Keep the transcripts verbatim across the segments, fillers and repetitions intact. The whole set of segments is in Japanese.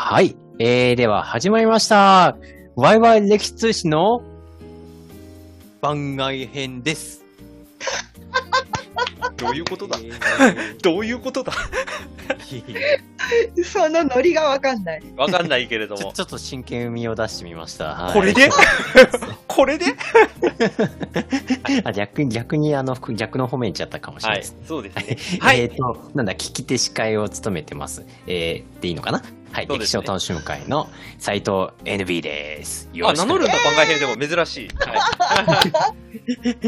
はい。えー、では始まりました。ワイワイ歴史通信の番外編です。 どういうことだ、えー、どういうことだそのノリがわかんない。 わかんないけれども。 ちょ、ちょっと真剣味を出してみました。はい、 これでこれであ、逆に、逆に、あの、逆の方面行っちゃったかもしれないです。 はい、そうですね。 はい。えっと、なんだ、聞き手司会を務めてます。えー、でいいのかなはい、ね、歴史を楽しむ会の斉藤 エヌビー です。 あ、名乗るんだ、番外編でも珍しい。はい、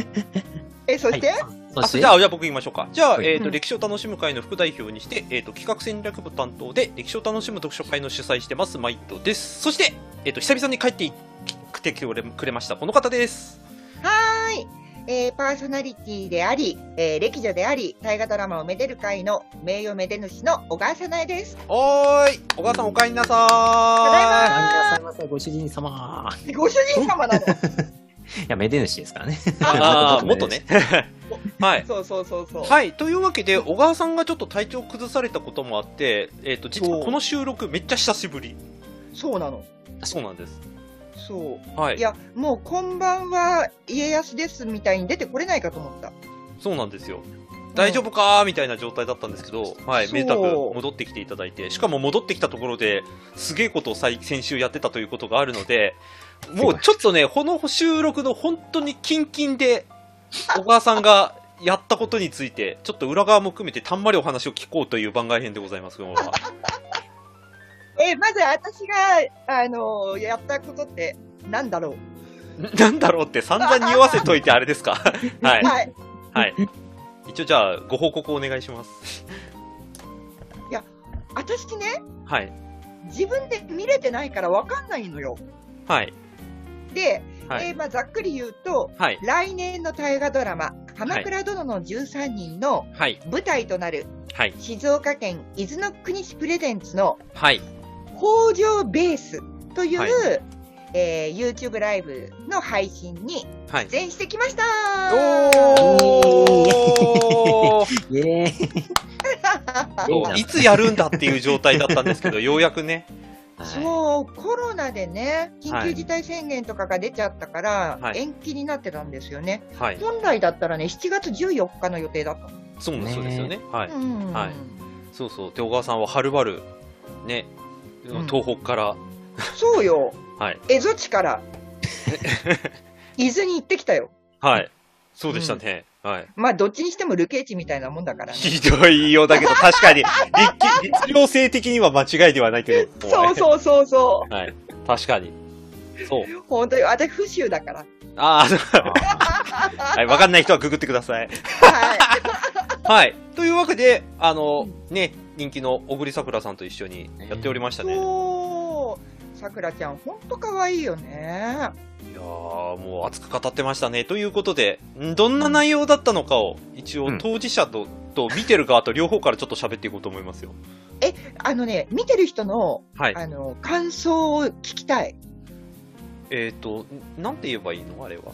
え、そして、はい、 あ、じゃあ、じゃあ僕言いましょうか。じゃあ、えっ、ー、と、歴史を楽しむ会の副代表にして、えっ、ー、と、企画戦略部担当で、歴史を楽しむ読書会の主催してます、マイトです。そして、えっ、ー、と、久々に帰ってきてくれました、この方です。 はーい。えー、パーソナリティであり、えー、歴女であり、大河ドラマをめでる会の名誉めで主の小川さなえです。 おーい、小川さんお帰りなさーい。 ただいまー。 お帰りなさいませ、ご主人様。 ご主人様なの。いや、めで主ですからね。 ああ、もっとね。はい。 そうそうそうそう。 はい。というわけで、小川さんがちょっと体調崩されたこともあって、えっ、ー、と、実はこの収録めっちゃ久しぶり。 そうなの。 そうなんです。 そう。 はい。 いや、もう、こんばんは、家康ですみたいに出てこれないかと思った。 そうなんですよ。大丈夫かーみたいな状態だったんですけど、はい。めでたく戻ってきていただいて、しかも戻ってきたところで、すげえことを先週やってたということがあるので、もうちょっとね、この収録の本当にキンキンで、小川さんがやったことについて、ちょっと裏側も含めてたんまりお話を聞こうという番外編でございます、今日は。 え、まず私が、あのー、やったことって何だろうなんだろうって散々匂わせといてあれですかはい。はい。はい。一応じゃあ、ご報告お願いします。 いや、私ね、 はい。 自分で見れてないからわかんないのよ。 はい。 で、 はい、 えー、まあざっくり言うと、はい、来年の大河ドラマ、鎌倉殿のじゅうさんにんの舞台となる、はい、静岡県伊豆の国市プレゼンツの、はい、北条ベースという、はい、えー、YouTube ライブの配信に出演してきました、 はい、おーイエーイいつやるんだっていう状態だったんですけど、ようやくね。 そう、コロナでね、緊急事態宣言とかが出ちゃったから、はい、延期になってたんですよね、はい。本来だったらね、しちがつじゅうよっかの予定だったの。 そうですよね。はい。うん、はい。そうそう。で、小川さんははるばる、ね、うん、東北から。 そうよ。はい。蝦夷地から、伊豆に行ってきたよ。 はい。そうでしたね。うん、はい。 まあ、どっちにしてもルケーチみたいなもんだからね。 ひどいようだけど、確かに、実用性的には間違いではないけど。 そうそうそうそう。 はい。確かに。そう。 本当に、私、不習だから。 ああ、はい。わかんない人はググってください。はい。はい。というわけで、あの、ね、人気の小栗さくらさんと一緒にやっておりましたね。 そう。さくらちゃん、ほんと可愛いよね。 いやー、もう熱く語ってましたね。ということで、どんな内容だったのかを、一応当事者と、うん、と見てる側と両方からちょっと喋っていこうと思いますよ。 え、あのね、見てる人の、はい、あの、感想を聞きたい。 えっ、ー、と、なんて言えばいいのあれは。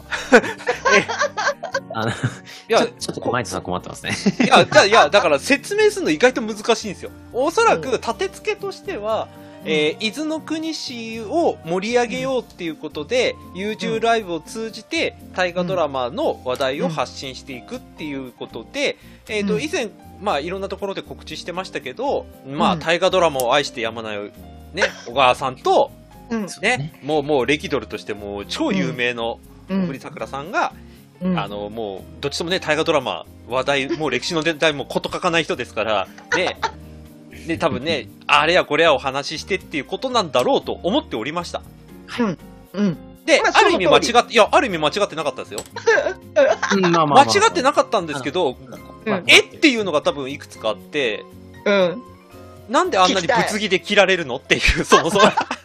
あの、いや、ちょ、ちょっとマイトさん困ってますね。 いや、じゃいや、だから説明するの意外と難しいんですよ。おそらく立て付けとしては、うん、えー、伊豆の国市を盛り上げようっていうことで、うん、YouTube ライブを通じて大河ドラマの話題を発信していくっていうことで、うん、えっ、ー、と、以前、まあいろんなところで告知してましたけど、まあ大河ドラマを愛してやまないね、小川さんと、うん、ね、もうもう歴ドルとしてもう超有名の小栗さくらさんが、うん、あのもうどっちともね大河ドラマ話題もう歴史の年代もこと書かない人ですからね。で多分ねあれやこれやお話ししてっていうことなんだろうと思っておりました。 うんうん。 で、まあ、ある意味間違っていやある意味間違ってなかったですよ。間違ってなかったんですけど、うん、えっていうのが多分いくつかあって、うん、なんであんなにぶつ切で切られるのっていうそもそも。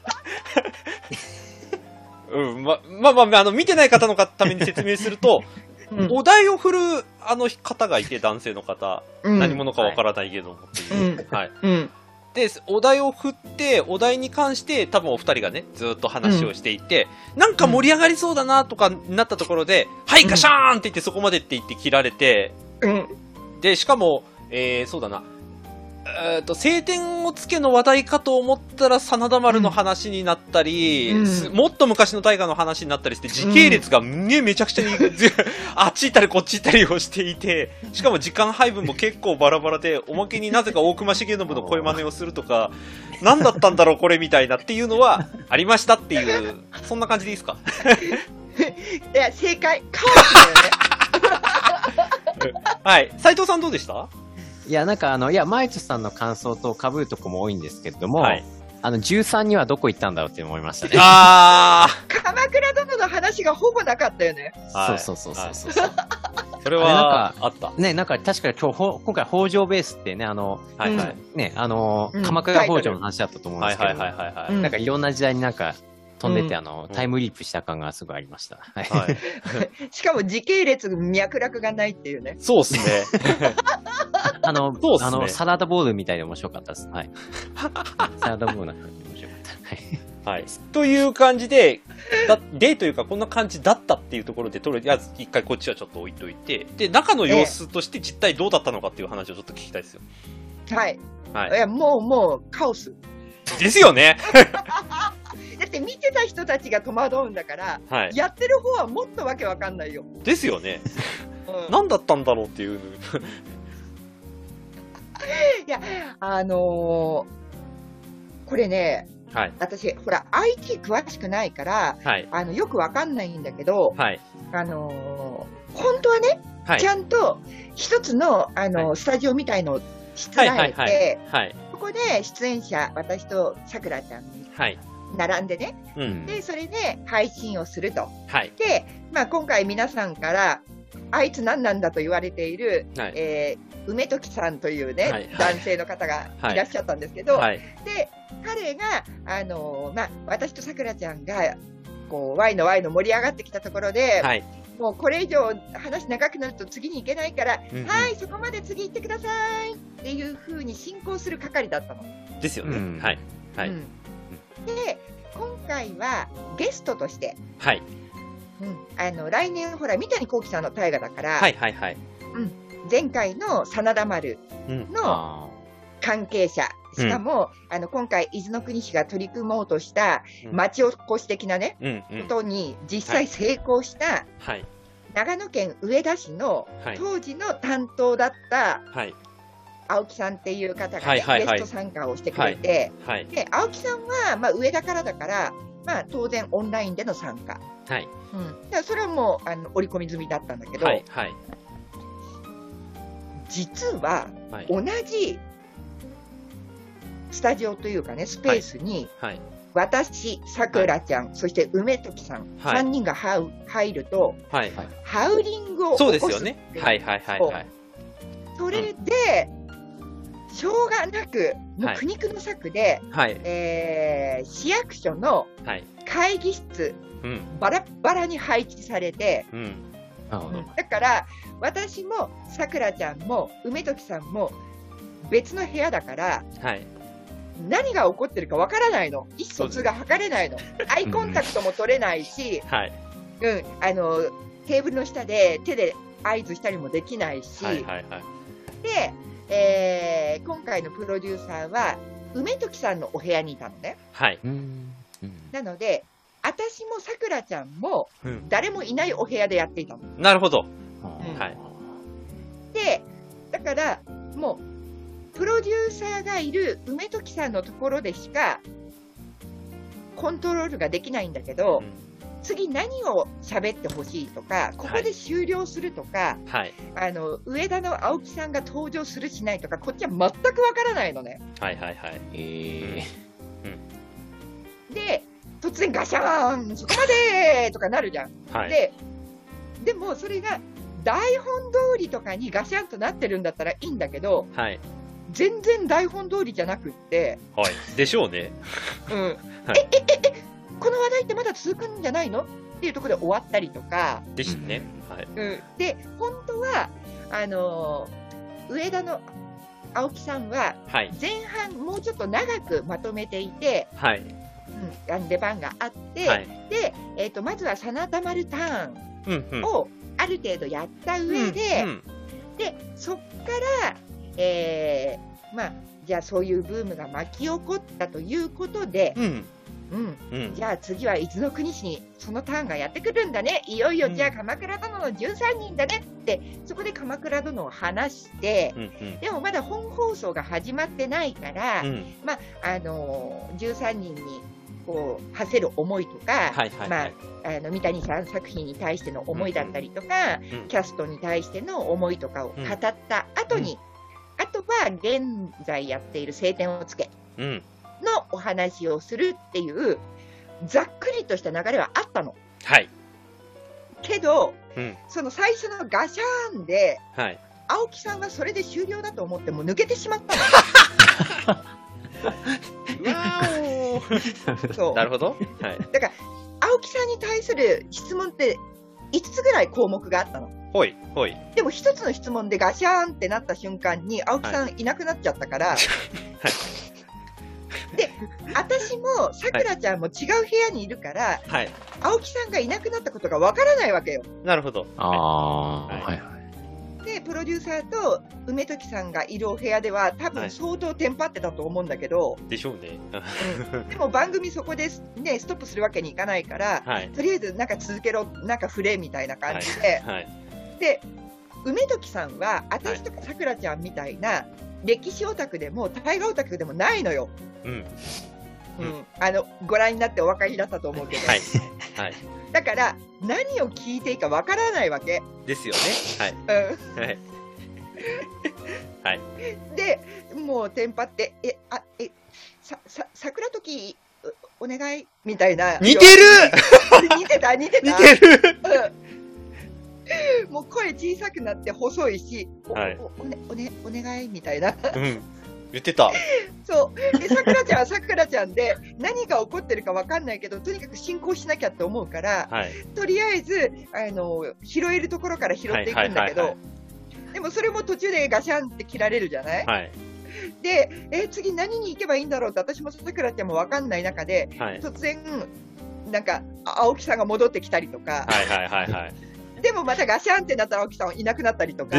うん、ま、まあまあ、あの、見てない方のために説明すると、うん、お題を振る、あの方がいて、男性の方、うん、何者かわからないけどもっていう。はい。うん、で、お題を振って、お題に関して、多分お二人がね、ずっと話をしていて、うん、なんか盛り上がりそうだなとかなったところで、うん、はい、ガシャーンって言って、そこまでって言って切られて、うん、で、しかも、えー、そうだな、 えーと、晴天をつけの話題かと思ったら、真田丸の話になったり、うん、もっと昔の大河の話になったりして、時系列がね、めちゃくちゃに、あっち行ったりこっち行ったりをしていて、しかも時間配分も結構バラバラで、おまけになぜか大隈重信の声真似をするとか、何だったんだろうこれみたいなっていうのはありましたっていう、そんな感じでいいですか？ いや、正解。カオスだよね。はい。斉藤さんどうでした？ いや、なんかあの、いや、マイチョさんの感想と被るとこも多いんですけれども、はい、あの、じゅうさんにはどこ行ったんだろうって思いましたね。 あー鎌倉殿の話がほぼなかったよね。 はい、そうそうそうそうそう。 それは、あった。 ね、なんか確か今日、今回北条ベースってね、あの、はいはい、ね、あの、うん、鎌倉北条の話だったと思うんですけど、はいはいはいはい。なんかいろんな時代になんか、飛んでて、うん、あの、タイムリープした感がすごいありました。はい。 しかも時系列脈絡がないっていうね。 そうっすね。 あの、そうっすね。あの、サラダボールみたいで面白かったです。はい。サラダボールな感じで面白かった。 はい。はい。という感じで、だでというか、こんな感じだったっていうところで、とりあえず一回こっちはちょっと置いといて、で、中の様子として実態どうだったのかっていう話をちょっと聞きたいですよ。 はい。はい。いや、もう、もう、カオス。 ですよね。 だって見てた人たちが戸惑うんだから、はい、やってる方はもっとわけわかんないよ。 ですよね。うん、何だったんだろうっていう。 いや、あのー、これね、はい、私、ほら、アイティー 詳しくないから、はい、あのよくわかんないんだけど、はい、あのー、本当はね、はい、ちゃんと一つの、あのーはい、スタジオみたいのをしつらえて、ここで出演者、私とさくらちゃんに、はい、並んでね、うん、でそれで配信をすると、はい、で、まあ、今回皆さんからあいつ何なんだと言われている、はい、えー、梅時さんというね、はい、男性の方がいらっしゃったんですけど、はい、で彼が、あのーまあ、私とさくらちゃんがこうワイのワイの盛り上がってきたところで、はい、もうこれ以上話長くなると次に行けないから、うんうん、はいそこまで次行ってくださいっていう風に進行する係だったのですよね、うん、はい、はい、うん、 で今回はゲストとして、はい、うん、あの来年ほら三谷幸喜さんの大河だから、はいはいはい、うん、前回の真田丸の関係者、うん、しかも、うん、あの今回伊豆の国市が取り組もうとした町おこし的なね、うんうん、ことに実際成功した、はい、長野県上田市の当時の担当だった、はい、青木さんっていう方が、ね、はいはいはい、ゲスト参加をしてくれて、はいはい、で青木さんは、まあ、上田からだから、まあ、当然オンラインでの参加、はい、うん、だからそれはもうあの織り込み済みだったんだけど、はいはい、実は同じスタジオというかねスペースに、はいはい、私、さくらちゃん、はい、そして梅時さん、はい、さんにんが入ると、はいはい、ハウリングを起こす。そうですよね。はいはいはいはい。それで、うん、しょうがなく、もう苦肉の策で、はい、えー、市役所の会議室、はい、バラバラに配置されて、うんうん、だから私もさくらちゃんも梅時さんも別の部屋だから、はい、何が起こってるかわからないの。意思疎通が図れないの。アイコンタクトも取れないし、はい、うん、あのテーブルの下で手で合図したりもできないし、はいはいはい、で、えー、今回のプロデューサーは梅時さんのお部屋にいたのね。はい、なので私もさくらちゃんも誰もいないお部屋でやっていたの。 うん、なるほど。うん、はい。 で、だからもうプロデューサーがいる梅時さんのところでしかコントロールができないんだけど、うん、次何を喋ってほしいとか、ここで終了するとか、はい、あの上田の青木さんが登場するしないとか、こっちは全くわからないのね。はいはいはい。えーうん、で、突然ガシャーンそこまでとかなるじゃん。はい、で、でもそれが台本通りとかにガシャンとなってるんだったらいいんだけど、はい、全然台本通りじゃなくって、 はい、でしょうね。 うん、はい、ええええこの話題ってまだ続くんじゃないのっていうところで終わったりとか。 ですね。はい。うん、 で本当はあのー、上田の青木さんは前半もうちょっと長くまとめていて、はい、うん、出番があって、はい、で、えーと、まずは真田丸ターンをある程度やった上で、うんうん、でそっから、えまあ、じゃあそういうブームが巻き起こったということで、うんうんうん、じゃあ次は伊豆の国市にそのターンがやってくるんだね、いよいよじゃあ鎌倉殿のじゅうさんにんだねって、そこで鎌倉殿を話して、うんうん、でもまだ本放送が始まってないから、うん、まああのー、じゅうさんにんにこう馳せる思いとか、はいはいはい、まあ、あの三谷さん作品に対しての思いだったりとか、うんうん、キャストに対しての思いとかを語った後に、うん、あとは現在やっている青天を衝けのお話をするっていうざっくりとした流れはあったの。 はい。 けど、うん、その最初のガシャーンで、はい、青木さんはそれで終了だと思ってもう抜けてしまったの。 そうなるほど、はい、 だから青木さんに対する質問っていつつぐらい項目があったの。 ほいほい。 でもひとつの質問でガシャーンってなった瞬間に青木さんいなくなっちゃったから、はい、で私もさくらちゃんも違う部屋にいるから、はい、青木さんがいなくなったことがわからないわけよ。 なるほど。 ああ、はいはい。 でプロデューサーと梅時さんがいるお部屋では多分相当テンパってたと思うんだけど、はい、 でしょうね、 うん、でも番組そこで、ね、ストップするわけにいかないから、はい、とりあえずなんか続けろ、なんか触れみたいな感じで、はいはい、で梅時さんは私とかさくらちゃんみたいな歴史オタクでも大河オタクでもないのよ、うんうん、あのご覧になってお分かりだったと思うけど、はいはい、だから何を聞いていいかわからないわけですよね。はい、うんはいはい、 でもうテンパってえあえささ桜時お願いみたいな。 似てる似てた似てた似てる、 うん、もう声小さくなって細いし、はい、お, お, ねお, ね、お願いみたいな、うん言ってた。 そうでさくらちゃんはさくらちゃんで何が起こってるか分かんないけどとにかく進行しなきゃって思うから、はい、とりあえずあの拾えるところから拾っていくんだけど、でもそれも途中でガシャンって切られるじゃない、はい、でえ次何に行けばいいんだろうって私もさくらちゃんも分かんない中で、はい、突然なんか青木さんが戻ってきたりとか、はいはいはいはい、でもまたガシャンってなったら青木さんいなくなったりとか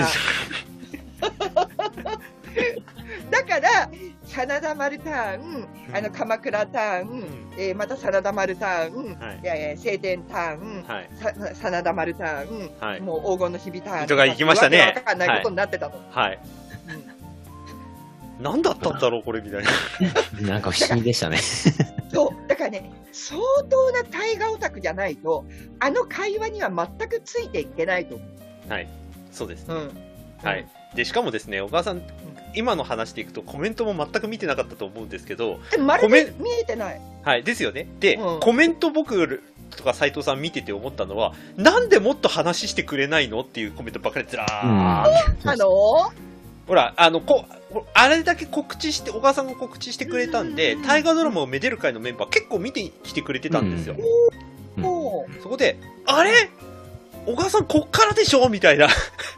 だから真田丸ターン、あの鎌倉ターン、うんえー、また真田丸ターン、はい、いやいや晴天ターン、はい、真田丸ターン、はい、もう黄金の日々ターンとか行きましたね。 分かんないことになってたの。 はいはいうん、何だったんだろうこれみたいな。なんか不思議でしたね。 そうだからね相当な大河オタクじゃないとあの会話には全くついていけないと。 はいそうです、うんはい、でしかもですね、小川さん、今の話でいくとコメントも全く見てなかったと思うんですけど、 まるで見えてない。 はいですよね。で、うん、コメント僕とか斉藤さん見てて思ったのは、なんでもっと話してくれないのっていうコメントばっかりずらーっと。 あのー、 ほらあのこあれだけ告知して小川さんが告知してくれたんで、大河ドラマをめでる会のメンバー結構見てきてくれてたんですよ。うんうん、そこであれ小川さんこっからでしょみたいな。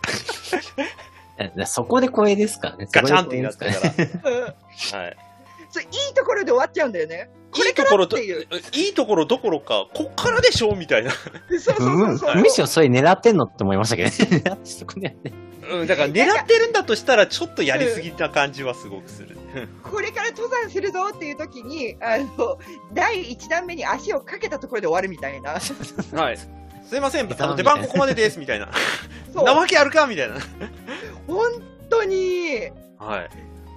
そこで声ですからね。 ガチャンってなったから。 はい。それいいところで終わっちゃうんだよね。これからっていう。 いいところどころか、こっからでしょみたいな。 そうそうそうそう、うん。むしろそれ狙ってんのって思いましたけどね。そこにやって。 うん、だから狙ってるんだとしたら、ちょっとやりすぎた感じはすごくする。 これから登山するぞっていう時に、あの、だいいちだんめに足をかけたところで終わるみたいな。 はい。すいません、あの出番ここまでですみたいな。なわけあるかみたいな。 本当に。 はい。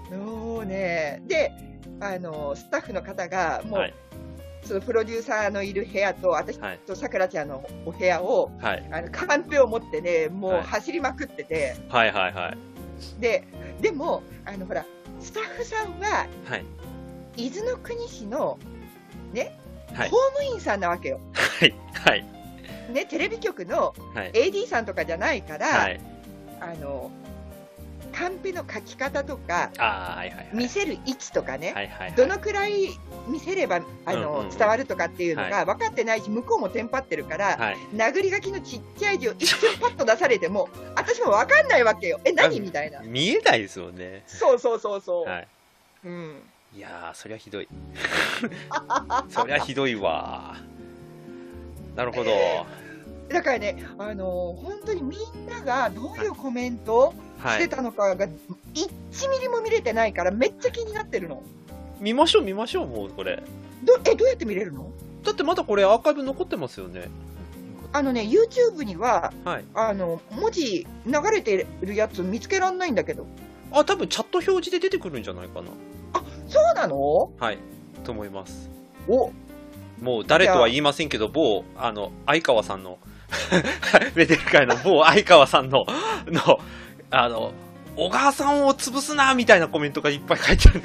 もうね、で、あのスタッフの方がもう、はい、そのプロデューサーのいる部屋と私とさくらちゃんのお部屋を、はい、あのカンペを持ってね、もう走りまくってて。 はいはいはい。 で、でもあのほらスタッフさんは、はい、伊豆の国市のね、はい、公務員さんなわけよ。 はいはい。 ね、テレビ局の エーディー さんとかじゃないから、はい、あのカンペの書き方とか、はいはいはい、見せる位置とかね、はいはいはい、どのくらい見せればあの、うんうん、伝わるとかっていうのが分かってないし、向こうもテンパってるから、はい、殴り書きのちっちゃい字を一瞬パッと出されても私も分かんないわけよ。え何みたいな。 見えないですよね。 そうそうそうそう、 はいうん、いやーそりゃひどい。そりゃひどいわ。なるほど。 だからね、あのー、本当にみんながどういうコメントしてたのかがいちミリも見れてないからめっちゃ気になってるの。 見ましょう見ましょう、もうこれ。 どえどうやって見れるの？ だってまだこれアーカイブ残ってますよね。 あのね YouTube には、はい、あの文字流れてるやつ見つけらんないんだけど。 あ、多分チャット表示で出てくるんじゃないかな。 あ、そうなの？ はい、と思います。 お、 もう誰とは言いませんけど、某あの相川さんのメデル界の某相川さんののあの小川さんを潰すなみたいなコメントがいっぱい書いてある。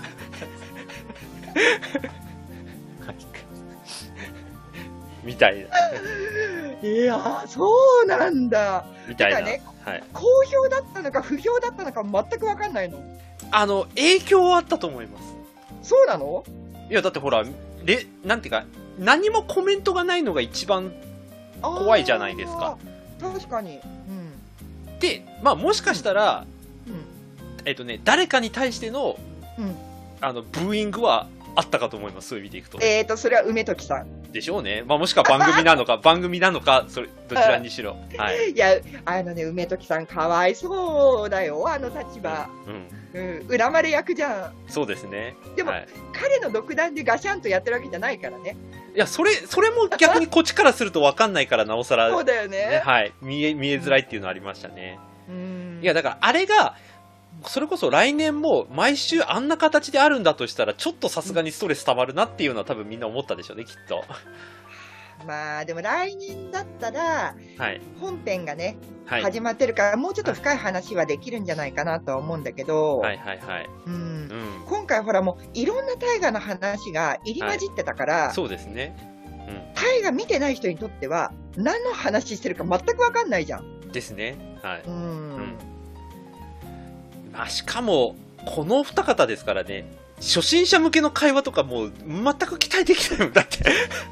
みたいな。 いやー、そうなんだ。 みたいな。 ね、はい、好評だったのか不評だったのか全く分かんないの。 あの影響はあったと思います。 そうなの？ いやだってほら、レなんていうか何もコメントがないのが一番怖いじゃないですか。 確かに。 うん、で、まあもしかしたら、うん、えっとね誰かに対しての、うん、あのブーイングはあったかと思います。そういう意味でいくと。 えっとそれは梅時さんでしょうね。まあもしくは番組なのか番組なのか、それどちらにしろ。はい。 いやあのね梅時さんかわいそうだよ、あの立場。うん。うん、恨まれ役じゃん。 そうですね。 でも、はい、彼の独断でガシャンとやってるわけじゃないからね。 いやそれそれも逆にこっちからすると分かんないからなおさら。 そうだよね。 はい。見え見えづらいっていうのありましたね。うん。いやだからあれが。それこそ来年も毎週あんな形であるんだとしたらちょっとさすがにストレス溜まるなっていうのは多分みんな思ったでしょうね、きっと。 まあでも来年だったら本編がね、はい、始まってるからもうちょっと深い話はできるんじゃないかなとは思うんだけど、はいはいはい、うん、うん、今回ほらもういろんな大河の話が入り混じってたから、はい、 そうですね、 うん、大河見てない人にとっては何の話してるか全く分かんないじゃん。 ですね。はい。うん、うんまあ、しかもこの二方ですからね、初心者向けの会話とかもう全く期待できないもんだって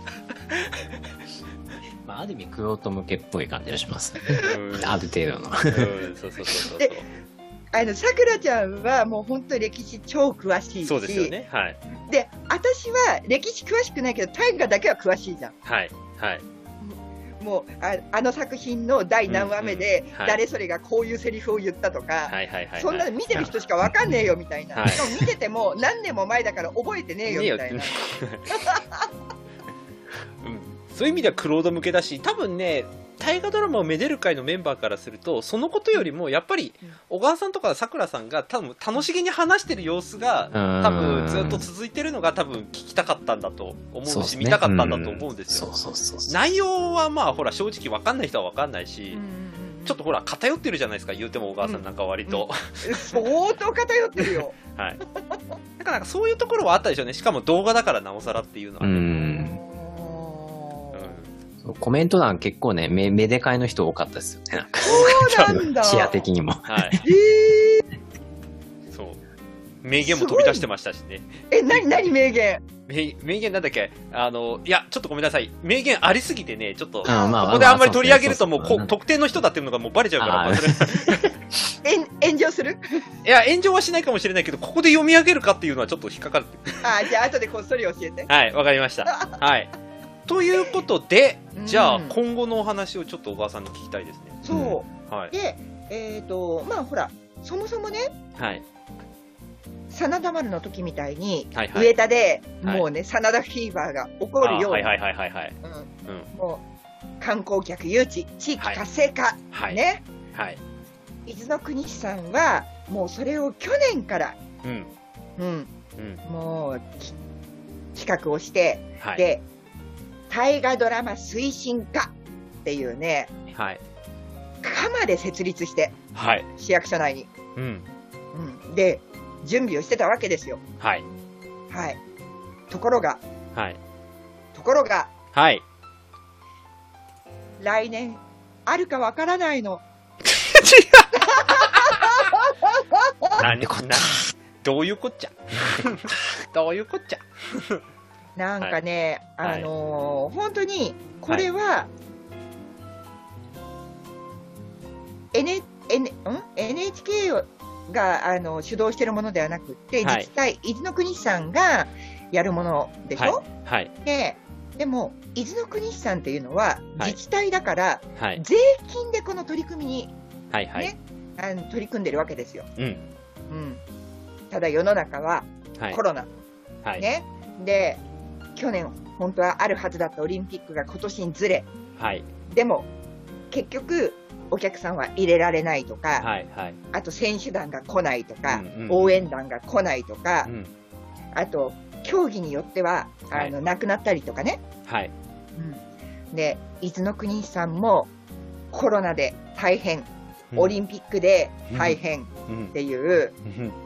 まあある意味クロート向けっぽい感じがしますねある程度のうんそうそうそうそう。であのさくらちゃんはもう本当に歴史超詳しいし、 そうですよね。はい。 で私は歴史詳しくないけど大河だけは詳しいじゃん。 はいはい。 もう あ, あの作品の第何話目で誰それがこういうセリフを言ったとか、そんなの見てる人しか分かんねえよみたいな、はい、しかも見てても何年も前だから覚えてねえよみたいな、うん、 そういう意味ではクロード向けだし、多分ね大河ドラマをめでる会のメンバーからするとそのことよりもやっぱり小川さんとかさくらさんが多分楽しげに話してる様子が多分ずっと続いてるのが多分聞きたかったんだと思うし、ね、見たかったんだと思うんですよ。内容はまあほら正直分かんない人は分かんないし、ちょっとほら偏ってるじゃないですか、言うても小川さんなんか割と、 うんうん、相当偏ってるよはい。だからそういうところはあったでしょうね。しかも動画だからなおさらっていうのは、ね、 コメント欄結構ね、め、めでかいの人多かったですよね。なんかそうなんだ。 視野的にも。はい。 えー、そう。名言も飛び出してましたしね。 え、なになに名言名名言なんだっけ、あの、いや、ちょっとごめんなさい。名言ありすぎてね、ちょっと、あまあ、ここであんまり取り上げるともう、こ特定の人だっていうのがもうバレちゃうから、それ炎上するいや、炎上はしないかもしれないけど、ここで読み上げるかっていうのはちょっと引っかかる。 あ、じゃあ後でこっそり教えて。 はい、わかりました。はい。ということで、じゃあ今後のお話をちょっと小川さんに聞きたいですね。 そう、はい、で、えっとまあほらそもそもね、はい、真田丸の時みたいに、はいはい、上田でもうね、はい、真田フィーバーが起こるように、もう観光客誘致、地域活性化、はい、ね、はい、伊豆の国市さんはもうそれを去年から、うんうんうん、もう企画をして、はい、で大河ドラマ推進課っていうね、はい、課まで設立して、はい、市役所内に、うんうん、で準備をしてたわけですよ。はい、はい、ところが、はい、ところが、はい、来年あるかわからないの。 何こんなどういうこっちゃどういうこっちゃなんかね、はい、あのー、本当にこれは、はい、N N ん エヌエイチケー があの主導しているものではなくて、はい、自治体伊豆の国市さんがやるものでしょ、はいはい、で, でも伊豆の国市さんっていうのは自治体だから、はい、税金でこの取り組みに、はいはいね、 あの取り組んでるわけですよ。 うん。うん。 ただ世の中はコロナ。 はい。 ね。で、去年本当はあるはずだったオリンピックが今年にずれ。 はい。 でも、結局、お客さんは入れられないとか、 はいはい、 あと選手団が来ないとか、うんうん、応援団が来ないとか、うん、あと、競技によっては、あの、はい、亡くなったりとかね。 はい。 うん、で、伊豆の国さんもコロナで大変、うん、オリンピックで大変っていう、うんうん、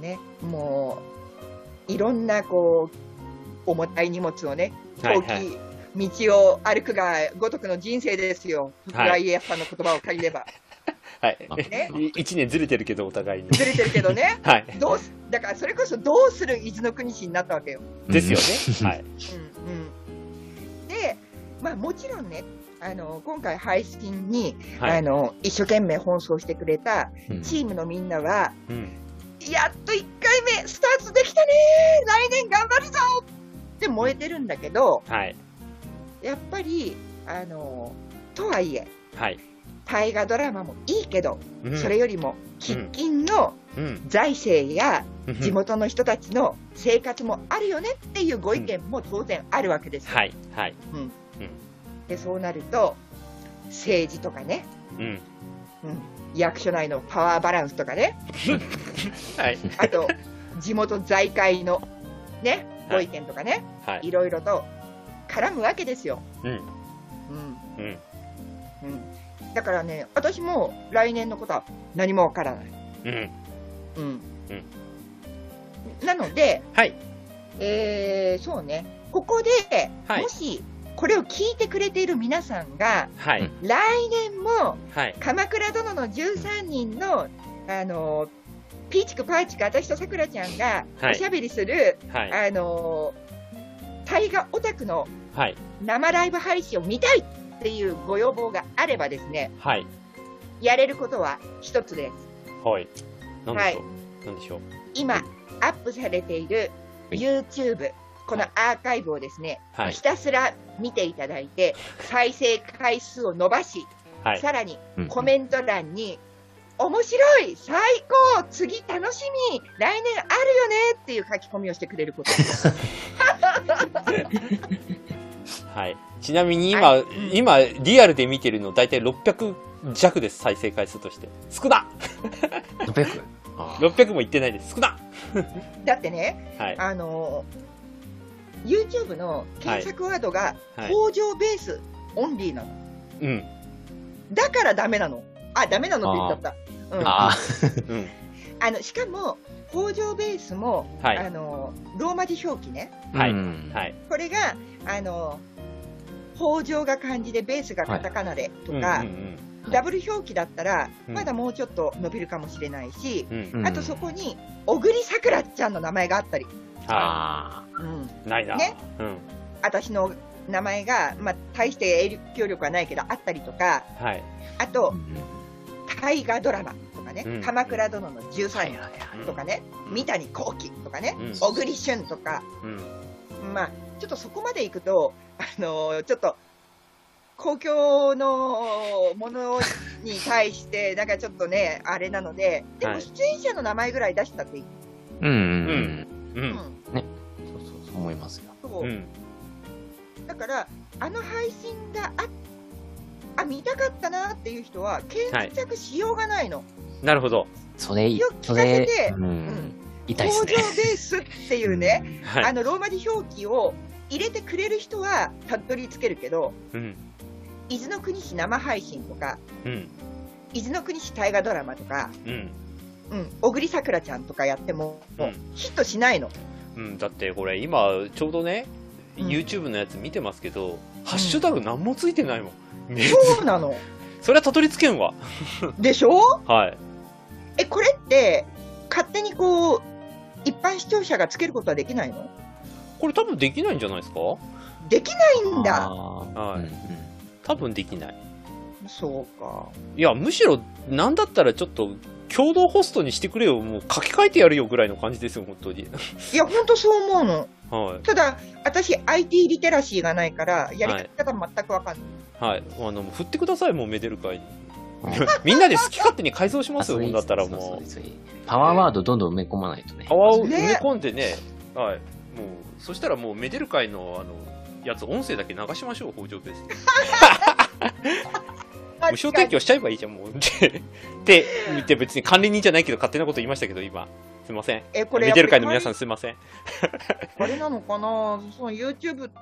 ね、もう、いろんなこう、重たい荷物をね、大きい道を歩くがごとくの人生ですよ。徳川家康さんの言葉を借りれば。 はい。ね、一年ずれてるけど、お互いに。 ずれてるけどね。 はい。 どうす、だからそれこそどうする伊豆の国市になったわけよ。 ですよね。はい。 うんうん。で、まあもちろんね、あの、今回配信に、はい、あの、一生懸命奔走してくれたチームのみんなは、うん、やっといっかいめスタートできたねー、来年頑張るぞって燃えてるんだけど、 はい。 やっぱり、あの、とはいえ、 はい、 大河ドラマもいいけど、うん、それよりも喫緊の財政や地元の人たちの生活もあるよねっていうご意見も当然あるわけですよ。 はい、はい。 うん。で、そうなると、政治とかね、うん。うん。役所内のパワーバランスとかね、 はい。 あと、地元財界のね、ご意見とかね、はい、いろいろと絡むわけですよ。うん。うん。うん。うん。だからね、私も来年のことは何もわからない。うん。うん。うん。なので、 はい。 えー、そうね、ここで、はい、もし、これを聞いてくれている皆さんが、はい、来年も、はい、鎌倉殿のじゅうさんにんの、あの、ピーチクパーチク、私とさくらちゃんがおしゃべりする、はい、あの、大河オタクの生ライブ配信を見たいっていうご要望があればですね、はい、やれることは一つです。 はい。何でしょう、はい、何でしょう。 今、アップされている YouTube、このアーカイブをですね、はい、ひたすら見ていただいて、再生回数を伸ばし、はい、さらにコメント欄に、うん、面白い、最高、次楽しみ、来年あるよねっていう書き込みをしてくれることです。 はい。ちなみに今、はい、今、リアルで見てるの大体ろっぴゃく弱です、再生回数として。少なろっぴゃく? ろっぴゃくもいってないです。少なだってね、はい、あのー、YouTube の検索ワードが工場ベースオンリーなの。うん。だからダメなの。あ、ダメなのって言っちゃった。うん。あうん。あの、しかも、工場ベースも、はい、あの、ローマ字表記ね。 はい。はい。 これが、あの、北条が漢字でベースがカタカナでとか、はいうんうんうん、ダブル表記だったら、まだもうちょっと伸びるかもしれないし、うん、あとそこに、小栗さくらちゃんの名前があったり。 ああ、うん。ないな。ね。うん。 私の名前が、まあ、大して影響力はないけど、あったりとか、はい。あと、大河ドラマとかね、うん、鎌倉殿のじゅうさんにんとかね、うん、三谷幸喜とかね、うん、小栗旬とか、うん、まあ、ちょっとそこまで行くと、あのー、ちょっと、公共のものに対して、なんかちょっとね、あれなので、でも出演者の名前ぐらい出したっていい。 うん、うん、うん。うん。ね。そうそう、そう思いますよ。そう。うん、 だから、あの配信があっあ、見たかったなっていう人は検索しようがないの。はい、 なるほど。 それいい。 よく聞かせて、うん、うん、 痛いですね。 工場ベースっていうね、はい、あのローマ字表記を入れてくれる人はたどり着けるけど、うん、伊豆の国市生配信とか、うん、伊豆の国市大河ドラマとか、うんうん、小栗さくらちゃんとかやっても、うん、ヒットしないの。 うん、だってこれ今ちょうどね、うん、YouTube のやつ見てますけど、ハッシュタグ何もついてないもん。 そうなの。 それはたどり着けんわ。 でしょ？ はい。 え、これって、勝手にこう、一般視聴者がつけることはできないの？ これ多分できないんじゃないですか？ できないんだ。 はい。うん、多分できない。 そうか。 いや、むしろ、なんだったらちょっと、共同ホストにしてくれよ。もう書き換えてやるよぐらいの感じですよ、本当に。 いや、本当そう思うの。はい。ただ、私、アイティー リテラシーがないから、やり方全くわかんない。 はい。あの、振ってください、もうメデル会に。 みんなで好き勝手に改造しますよ、だったらもう。 パワーワードどんどん埋め込まないとね。 パワーを埋め込んでね、はい。もう、そしたらもうメデル界の、あの、やつ、音声だけ流しましょう、北条ベースで。無償提供しちゃえばいいじゃん、もう。で、見て別に管理人じゃないけど勝手なこと言いましたけど、今。すいません。え、これ。見てる会の皆さんすいません。 あれなのかな、その YouTube って、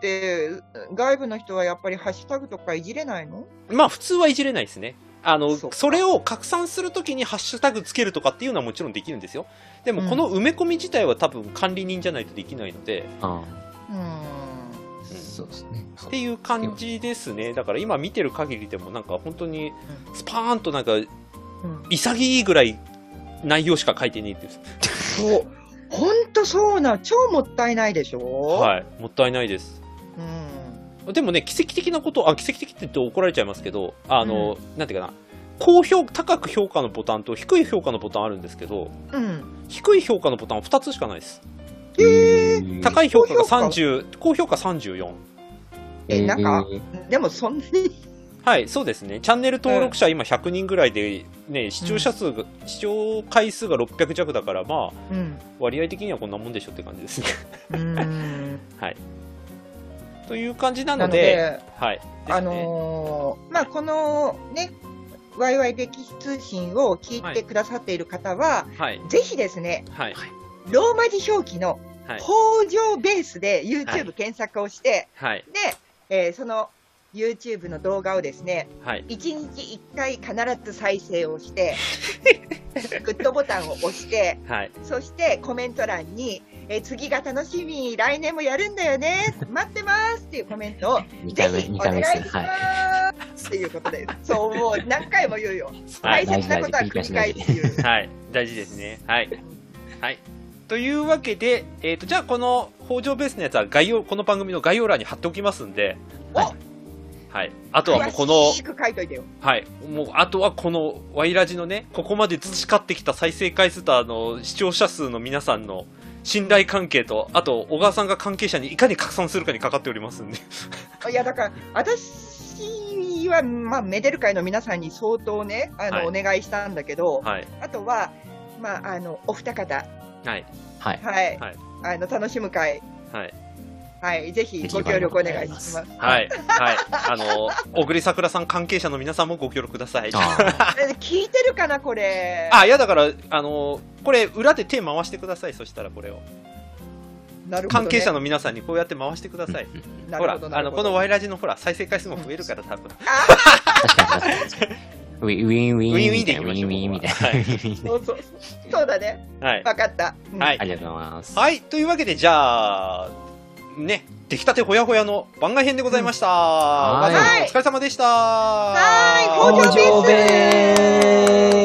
外部の人はやっぱりハッシュタグとかいじれないの？ まあ、普通はいじれないですね。あの、そ, それを拡散するときにハッシュタグつけるとかっていうのはもちろんできるんですよ。でも、この埋め込み自体は多分管理人じゃないとできないので。うん。うん。そうですね。っていう感じですね。だから今見てる限りでもなんか本当にスパーンとなんか潔いぐらい内容しか書いてねえっていう。 そう。本当そうな、超もったいないでしょ？ はい。もったいないです。うん。でもね、奇跡的なこと、あ、奇跡的って言って怒られちゃいますけど、あの、うん、なんていうかな、高評、高く評価のボタンと低い評価のボタンあるんですけど、うん、低い評価のボタンはふたつしかないです。えー、高い評価がさんじゅう、高評価さんじゅうよん。 え、なんか、でもそんなに。 はい、そうですね。チャンネル登録者、うん、今ひゃくにんぐららいで、ね、視聴者数が、うん、視聴回数がろっぴゃく弱だから、まあ、うん、割合的にはこんなもんでしょって感じですね。うんはい。という感じなので、なのではい。ね、 あのー、まあ、このね、ワイワイ歴史通信を聞いてくださっている方は、はい、ぜひですね、はい、ローマ字表記の北条ベースで YouTube 検索をして、はい、で、えー、その YouTube の動画をですね、はい、いちにちいっかい必ず再生をして、グッドボタンを押して、はい、そしてコメント欄に、えー、次が楽しみ、来年もやるんだよね、待ってますっていうコメントをぜひお願いします、はい、っていうことです。そう、もう何回も言うよ。大切なことは繰り返し言う。 はい、大事ですね。はい。はい。というわけで、えっと、じゃあこの北条ベースのやつは概要、この番組の概要欄に貼っておきますんで、はい。はい。あとはもうこの、はい。もう、あとはこの、ワイラジのね、ここまで培ってきた再生回数とあの、視聴者数の皆さんの信頼関係と、あと、小川さんが関係者にいかに拡散するかにかかっておりますんで。 いや、だから、私は、まあ、メデル会の皆さんに相当ね、あの、はい、お願いしたんだけど、はい、あとは、まあ、あの、お二方、はい。はい。はい。あの、楽しむ会。はい。はい。ぜひご協力お願いします。はい。 はい。あの、小栗桜さん関係者の皆さんもご協力ください。 聞いてるかな、これ。 あ、いや、だから、あの、これ、裏で手回してください。そしたら、これを。なるほどね。関係者の皆さんにこうやって回してください。ほら、あの、このワイラジのほら、再生回数も増えるから、多分。 ウィンウィンウィンウィンウィンでいきましょう。ウィンウィンみたいな。そうそう。そうだね。はい。わかった。 はい。ありがとうございます。 はい。というわけで、じゃあ、ね、出来たてほやほやの番外編でございました。はい。お疲れ様でした。 はい。北条ベース。